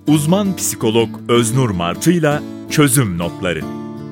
Uzman psikolog Öznur Martı'yla çözüm notları.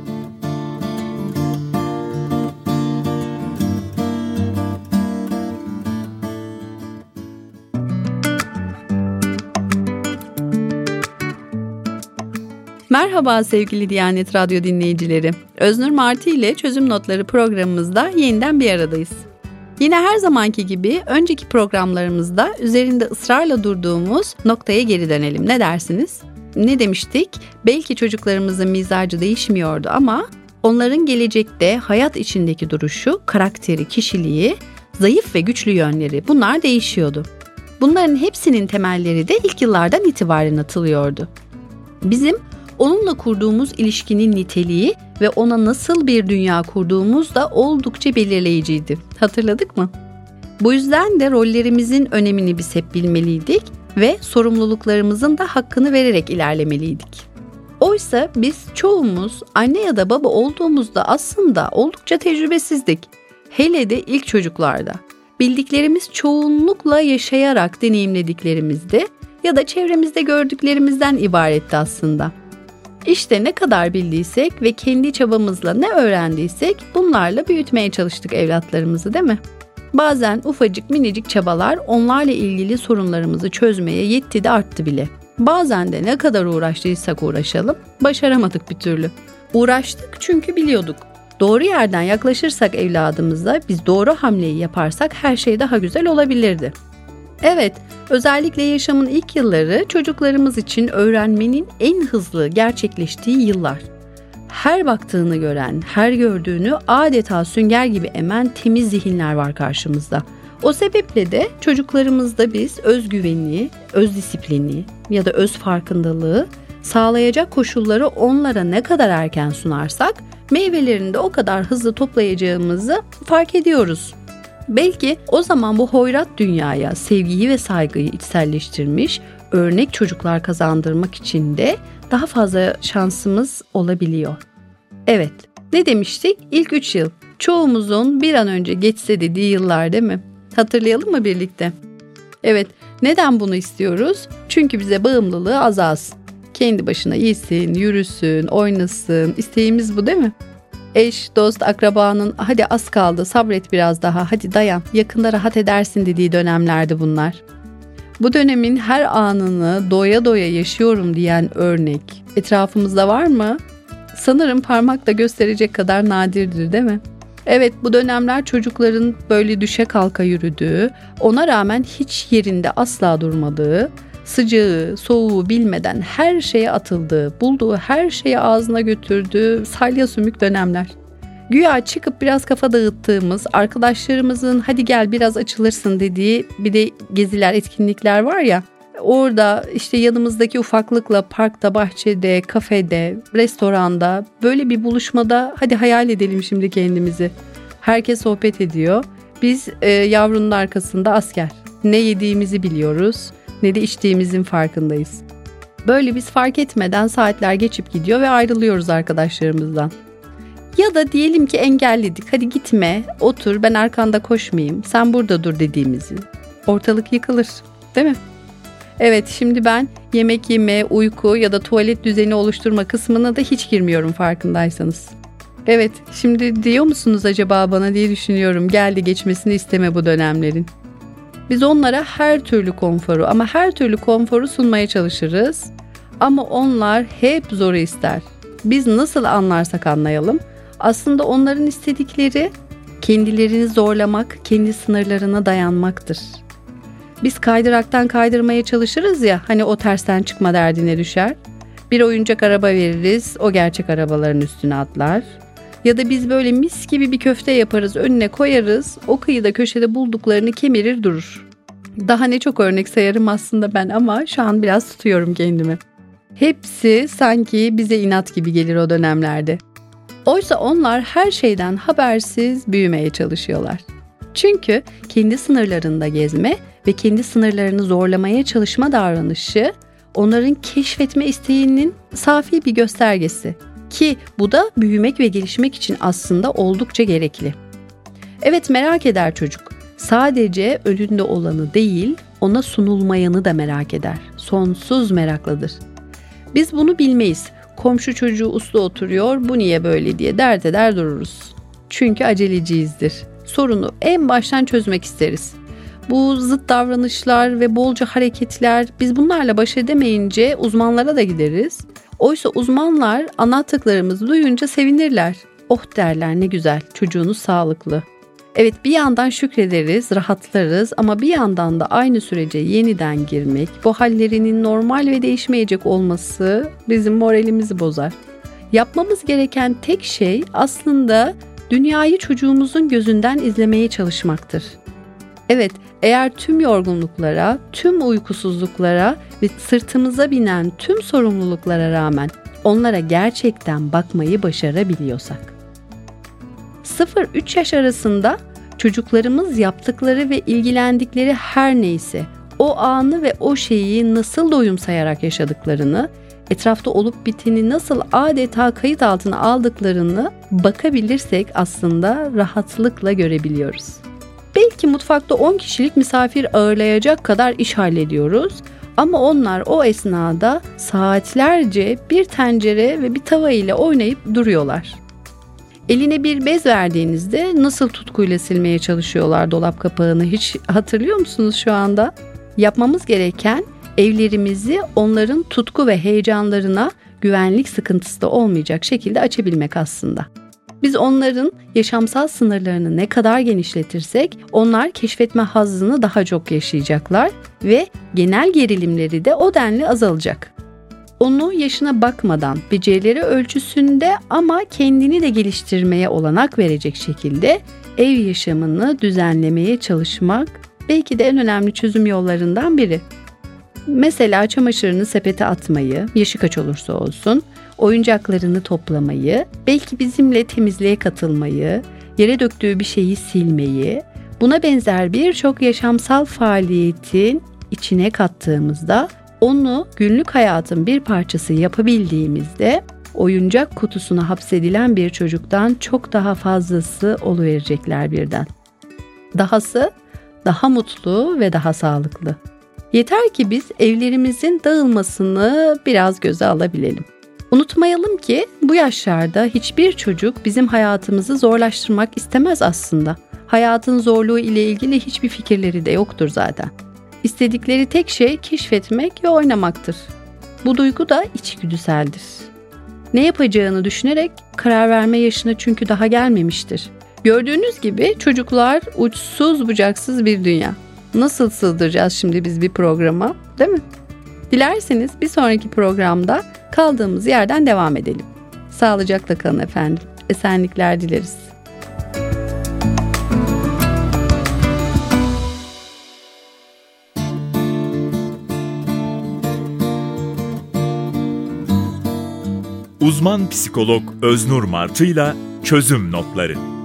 Merhaba sevgili Diyanet Radyo dinleyicileri. Öznur Martı ile Çözüm Notları programımızda yeniden bir aradayız. Yine her zamanki gibi önceki programlarımızda üzerinde ısrarla durduğumuz noktaya geri dönelim. Ne dersiniz? Ne demiştik? Belki çocuklarımızın mizacı değişmiyordu ama onların gelecekte hayat içindeki duruşu, karakteri, kişiliği, zayıf ve güçlü yönleri bunlar değişiyordu. Bunların hepsinin temelleri de ilk yıllardan itibaren atılıyordu. Bizim onunla kurduğumuz ilişkinin niteliği ve ona nasıl bir dünya kurduğumuz da oldukça belirleyiciydi. Hatırladık mı? Bu yüzden de rollerimizin önemini biz hep bilmeliydik ve sorumluluklarımızın da hakkını vererek ilerlemeliydik. Oysa biz çoğumuz anne ya da baba olduğumuzda aslında oldukça tecrübesizdik. Hele de ilk çocuklarda. Bildiklerimiz çoğunlukla yaşayarak deneyimlediklerimizdi ya da çevremizde gördüklerimizden ibaretti aslında. İşte ne kadar bildiysek ve kendi çabamızla ne öğrendiysek bunlarla büyütmeye çalıştık evlatlarımızı, değil mi? Bazen ufacık minicik çabalar onlarla ilgili sorunlarımızı çözmeye yetti de arttı bile. Bazen de ne kadar uğraştıysak uğraşalım, başaramadık bir türlü. Uğraştık çünkü biliyorduk. Doğru yerden yaklaşırsak evladımıza, biz doğru hamleyi yaparsak her şey daha güzel olabilirdi. Evet, özellikle yaşamın ilk yılları çocuklarımız için öğrenmenin en hızlı gerçekleştiği yıllar. Her baktığını gören, her gördüğünü adeta sünger gibi emen temiz zihinler var karşımızda. O sebeple de çocuklarımızda biz özgüvenini, öz disiplini ya da öz farkındalığı sağlayacak koşulları onlara ne kadar erken sunarsak meyvelerini de o kadar hızlı toplayacağımızı fark ediyoruz. Belki o zaman bu hoyrat dünyaya sevgiyi ve saygıyı içselleştirmiş örnek çocuklar kazandırmak için de daha fazla şansımız olabiliyor. Evet, ne demiştik? İlk 3 yıl. Çoğumuzun bir an önce geçse dediği yıllar, değil mi? Hatırlayalım mı birlikte? Evet, neden bunu istiyoruz? Çünkü bize bağımlılığı azalsın. Kendi başına yesin, yürüsün, oynasın. İsteğimiz bu, değil mi? Eş, dost, akrabanın hadi az kaldı, sabret biraz daha, hadi dayan, yakında rahat edersin dediği dönemlerdi bunlar. Bu dönemin her anını doya doya yaşıyorum diyen örnek etrafımızda var mı? Sanırım parmakla gösterecek kadar nadirdir, değil mi? Evet, bu dönemler çocukların böyle düşe kalka yürüdüğü, ona rağmen hiç yerinde asla durmadığı, sıcağı, soğuğu bilmeden her şeye atıldığı, bulduğu her şeyi ağzına götürdüğü salya sümük dönemler. Güya çıkıp biraz kafa dağıttığımız, arkadaşlarımızın hadi gel biraz açılırsın dediği bir de geziler, etkinlikler var ya. Orada işte yanımızdaki ufaklıkla parkta, bahçede, kafede, restoranda böyle bir buluşmada hadi hayal edelim şimdi kendimizi. Herkes sohbet ediyor. Biz yavrunun arkasında asker. Ne yediğimizi biliyoruz, ne de içtiğimizin farkındayız. Böyle biz fark etmeden saatler geçip gidiyor ve ayrılıyoruz arkadaşlarımızdan. Ya da diyelim ki engelledik. Hadi gitme, otur, ben arkanda koşmayayım, sen burada dur dediğimizi. Ortalık yıkılır, değil mi? Evet, şimdi ben yemek yeme, uyku ya da tuvalet düzeni oluşturma kısmına da hiç girmiyorum farkındaysanız. Evet, şimdi diyor musunuz acaba bana diye düşünüyorum. Geldi geçmesini isteme bu dönemlerin. Biz onlara her türlü konforu ama her türlü konforu sunmaya çalışırız. Ama onlar hep zoru ister. Biz nasıl anlarsak anlayalım. Aslında onların istedikleri kendilerini zorlamak, kendi sınırlarına dayanmaktır. Biz kaydıraktan kaydırmaya çalışırız ya, hani o tersten çıkma derdine düşer. Bir oyuncak araba veririz, o gerçek arabaların üstüne atlar. Ya da biz böyle mis gibi bir köfte yaparız, önüne koyarız, o kıyıda köşede bulduklarını kemirir durur. Daha ne çok örnek sayarım aslında ben ama şu an biraz tutuyorum kendimi. Hepsi sanki bize inat gibi gelir o dönemlerde. Oysa onlar her şeyden habersiz büyümeye çalışıyorlar. Çünkü kendi sınırlarında gezme ve kendi sınırlarını zorlamaya çalışma davranışı onların keşfetme isteğinin safi bir göstergesi. Ki bu da büyümek ve gelişmek için aslında oldukça gerekli. Evet, merak eder çocuk. Sadece önünde olanı değil, ona sunulmayanı da merak eder. sonsuz meraklıdır. Biz bunu bilmeyiz. Komşu çocuğu uslu oturuyor, bu niye böyle diye dert eder dururuz. Çünkü aceleciyizdir. Sorunu en baştan çözmek isteriz. Bu zıt davranışlar ve bolca hareketler, biz bunlarla baş edemeyince uzmanlara da gideriz. Oysa uzmanlar anlattıklarımızı duyunca sevinirler. Oh derler, ne güzel, çocuğunuz sağlıklı. Evet, bir yandan şükrederiz, rahatlarız ama bir yandan da aynı sürece yeniden girmek, bu hallerinin normal ve değişmeyecek olması bizim moralimizi bozar. Yapmamız gereken tek şey aslında dünyayı çocuğumuzun gözünden izlemeye çalışmaktır. Evet, eğer tüm yorgunluklara, tüm uykusuzluklara ve sırtımıza binen tüm sorumluluklara rağmen onlara gerçekten bakmayı başarabiliyorsak. 0-3 yaş arasında çocuklarımız yaptıkları ve ilgilendikleri her neyse o anı ve o şeyi nasıl doyumsayarak yaşadıklarını, etrafta olup biteni nasıl adeta kayıt altına aldıklarını bakabilirsek aslında rahatlıkla görebiliyoruz. Belki mutfakta 10 kişilik misafir ağırlayacak kadar iş hallediyoruz ama onlar o esnada saatlerce bir tencere ve bir tava ile oynayıp duruyorlar. Eline bir bez verdiğinizde nasıl tutkuyla silmeye çalışıyorlar dolap kapağını, hiç hatırlıyor musunuz şu anda? Yapmamız gereken evlerimizi onların tutku ve heyecanlarına güvenlik sıkıntısı da olmayacak şekilde açabilmek aslında. Biz onların yaşamsal sınırlarını ne kadar genişletirsek onlar keşfetme hazzını daha çok yaşayacaklar ve genel gerilimleri de o denli azalacak. Onu yaşına bakmadan, becerileri ölçüsünde ama kendini de geliştirmeye olanak verecek şekilde ev yaşamını düzenlemeye çalışmak belki de en önemli çözüm yollarından biri. Mesela çamaşırını sepete atmayı, yaşı kaç olursa olsun, oyuncaklarını toplamayı, belki bizimle temizliğe katılmayı, yere döktüğü bir şeyi silmeyi, buna benzer birçok yaşamsal faaliyetin içine kattığımızda, onu günlük hayatın bir parçası yapabildiğimizde oyuncak kutusuna hapsedilen bir çocuktan çok daha fazlası oluverecekler birden. Dahası daha mutlu ve daha sağlıklı. Yeter ki biz evlerimizin dağılmasını biraz göze alabilelim. Unutmayalım ki bu yaşlarda hiçbir çocuk bizim hayatımızı zorlaştırmak istemez aslında. Hayatın zorluğu ile ilgili hiçbir fikirleri de yoktur zaten. İstedikleri tek şey keşfetmek ve oynamaktır. Bu duygu da içgüdüseldir. Ne yapacağını düşünerek karar verme yaşına çünkü daha gelmemiştir. Gördüğünüz gibi çocuklar uçsuz bucaksız bir dünya. Nasıl sığdıracağız şimdi biz bir programa, değil mi? Dilerseniz bir sonraki programda kaldığımız yerden devam edelim. Sağlıcakla kalın efendim. Esenlikler dileriz. Uzman psikolog Öznur Martı'yla çözüm notları.